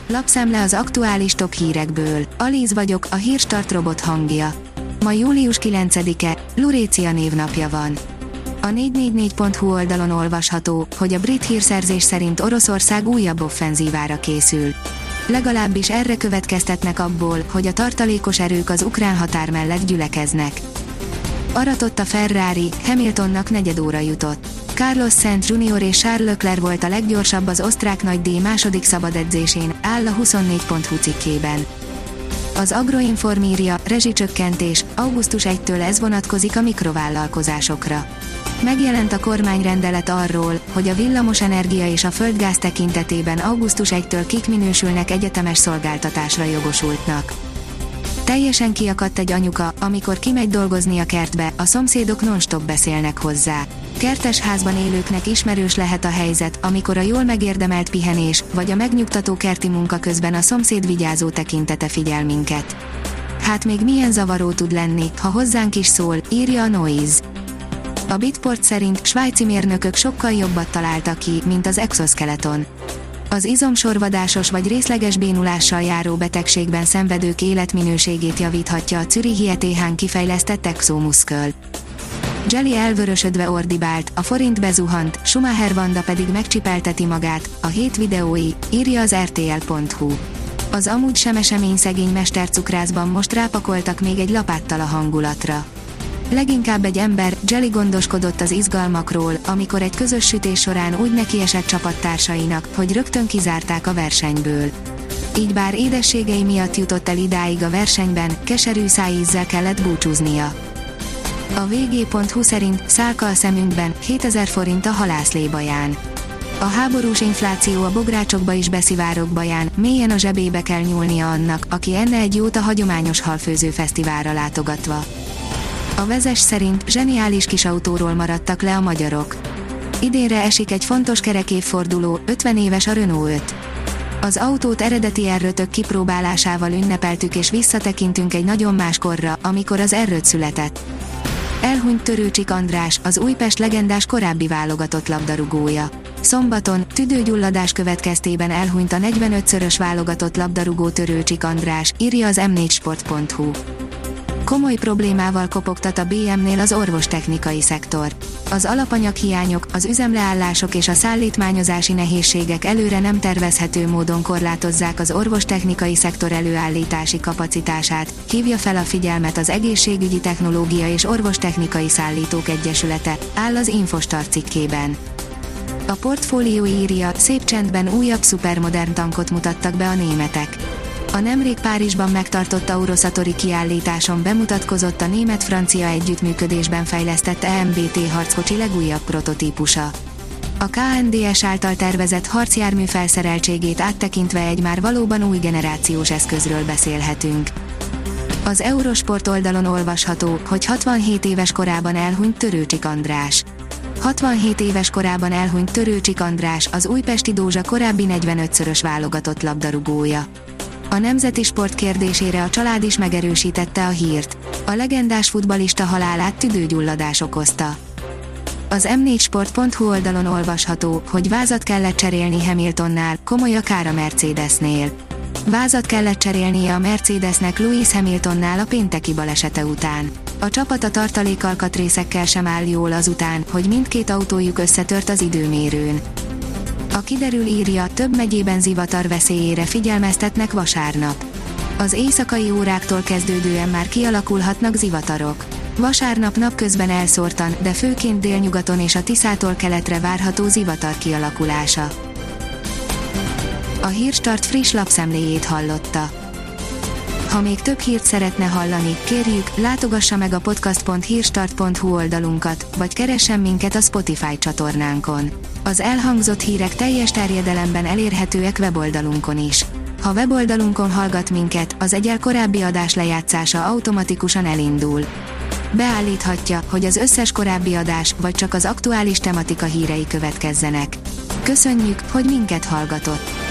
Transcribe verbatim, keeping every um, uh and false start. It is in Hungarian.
Lapszemle az aktuális top hírekből. Alíz vagyok, a Hírstart robot hangja. Ma július kilencedike, Lurécia névnapja van. A négy négy négy pont hu oldalon olvasható, hogy a brit hírszerzés szerint Oroszország újabb offenzívára készül. Legalábbis erre következtetnek abból, hogy a tartalékos erők az ukrán határ mellett gyülekeznek. Aratott a Ferrari, Hamiltonnak negyedóra jutott. Carlos Sainz junior és Charles Leclerc volt a leggyorsabb az osztrák nagydíj második szabad edzésén, áll a huszonnégy pont hu cikkében. Az Agroinform írja, rezsicsökkentés, augusztus elsejétől ez vonatkozik a mikrovállalkozásokra. Megjelent a kormányrendelet arról, hogy a villamosenergia és a földgáz tekintetében augusztus elsejétől kik minősülnek egyetemes szolgáltatásra jogosultnak. Teljesen kiakadt egy anyuka, amikor kimegy dolgozni a kertbe, a szomszédok non-stop beszélnek hozzá. Kertes házban élőknek ismerős lehet a helyzet, amikor a jól megérdemelt pihenés, vagy a megnyugtató kerti munka közben a szomszéd vigyázó tekintete figyel minket. Hát még milyen zavaró tud lenni, ha hozzánk is szól, írja a Noise. A Bitport szerint svájci mérnökök sokkal jobbat találtak ki, mint az exoskeleton. Az izomsorvadásos vagy részleges bénulással járó betegségben szenvedők életminőségét javíthatja a zürichi é té hán kifejlesztett exomuszköl. Jelly elvörösödve ordibált, a forint bezuhant, Schumacher Vanda pedig megcsipelteti magát, a hét videói, írja az er té el pont hu. Az amúgy sem esemény szegény mestercukrászban most rápakoltak még egy lapáttal a hangulatra. Leginkább egy ember, Jelly gondoskodott az izgalmakról, amikor egy közös sütés során úgy nekiesett csapattársainak, hogy rögtön kizárták a versenyből. Így bár édességei miatt jutott el idáig a versenyben, keserű szájízzel kellett búcsúznia. A vé gé pont hu szerint szálka a szemünkben, hétezer forint a halászlébaján. A háborús infláció a bográcsokba is beszivárog baján, mélyen a zsebébe kell nyúlnia annak, aki enne egy jót a hagyományos halfőző fesztiválra látogatva. A Vezes szerint zseniális kis autóról maradtak le a magyarok. Idénre esik egy fontos kerekévforduló, ötven éves a Renault öt. Az autót eredeti er ötök kipróbálásával ünnepeltük és visszatekintünk egy nagyon más korra, amikor az er öt született. Elhunyt Törőcsik András, az Újpest legendás korábbi válogatott labdarúgója. Szombaton, tüdőgyulladás következtében elhunyt a negyvenötszörös válogatott labdarúgó Törőcsik András, írja az em négy sport pont hu. Komoly problémával kopogtat a bé em-nél az orvostechnikai szektor. Az alapanyaghiányok, az üzemleállások és a szállítmányozási nehézségek előre nem tervezhető módon korlátozzák az orvostechnikai szektor előállítási kapacitását, hívja fel a figyelmet az Egészségügyi Technológia és Orvostechnikai Szállítók Egyesülete, áll az Infostart cikkében. A Portfólió írja, szép csendben újabb szupermodern tankot mutattak be a németek. A nemrég Párizsban megtartott Eurosatori kiállításon bemutatkozott a német-francia együttműködésben fejlesztett é em bé té harckocsi legújabb prototípusa. A ká en dé es által tervezett harcjármű felszereltségét áttekintve egy már valóban új generációs eszközről beszélhetünk. Az Eurosport oldalon olvasható, hogy hatvanhét éves korában elhunyt Törőcsik András. hatvanhét éves korában elhunyt Törőcsik András, az újpesti Dózsa korábbi negyvenötszörös válogatott labdarúgója. A nemzeti sport kérdésére a család is megerősítette a hírt. A legendás futballista halálát tüdőgyulladás okozta. Az em négy sport pont hu oldalon olvasható, hogy vázat kellett cserélni Hamiltonnál, komoly a kár a Mercedesnél. Vázat kellett cserélnie a Mercedesnek Lewis Hamiltonnál a pénteki balesete után. A csapat a tartalékalkatrészekkel sem áll jól azután, hogy mindkét autójuk összetört az időmérőn. A Kiderül írja, több megyében zivatar veszélyére figyelmeztetnek vasárnap. Az éjszakai óráktól kezdődően már kialakulhatnak zivatarok. Vasárnap napközben elszórtan, de főként délnyugaton és a Tiszától keletre várható zivatar kialakulása. A Hírstart friss lapszemléjét hallotta. Ha még több hírt szeretne hallani, kérjük, látogassa meg a podcast pont hírstart pont hu oldalunkat, vagy keressen minket a Spotify csatornánkon. Az elhangzott hírek teljes terjedelemben elérhetőek weboldalunkon is. Ha weboldalunkon hallgat minket, az egyel korábbi adás lejátszása automatikusan elindul. Beállíthatja, hogy az összes korábbi adás, vagy csak az aktuális tematika hírei következzenek. Köszönjük, hogy minket hallgatott!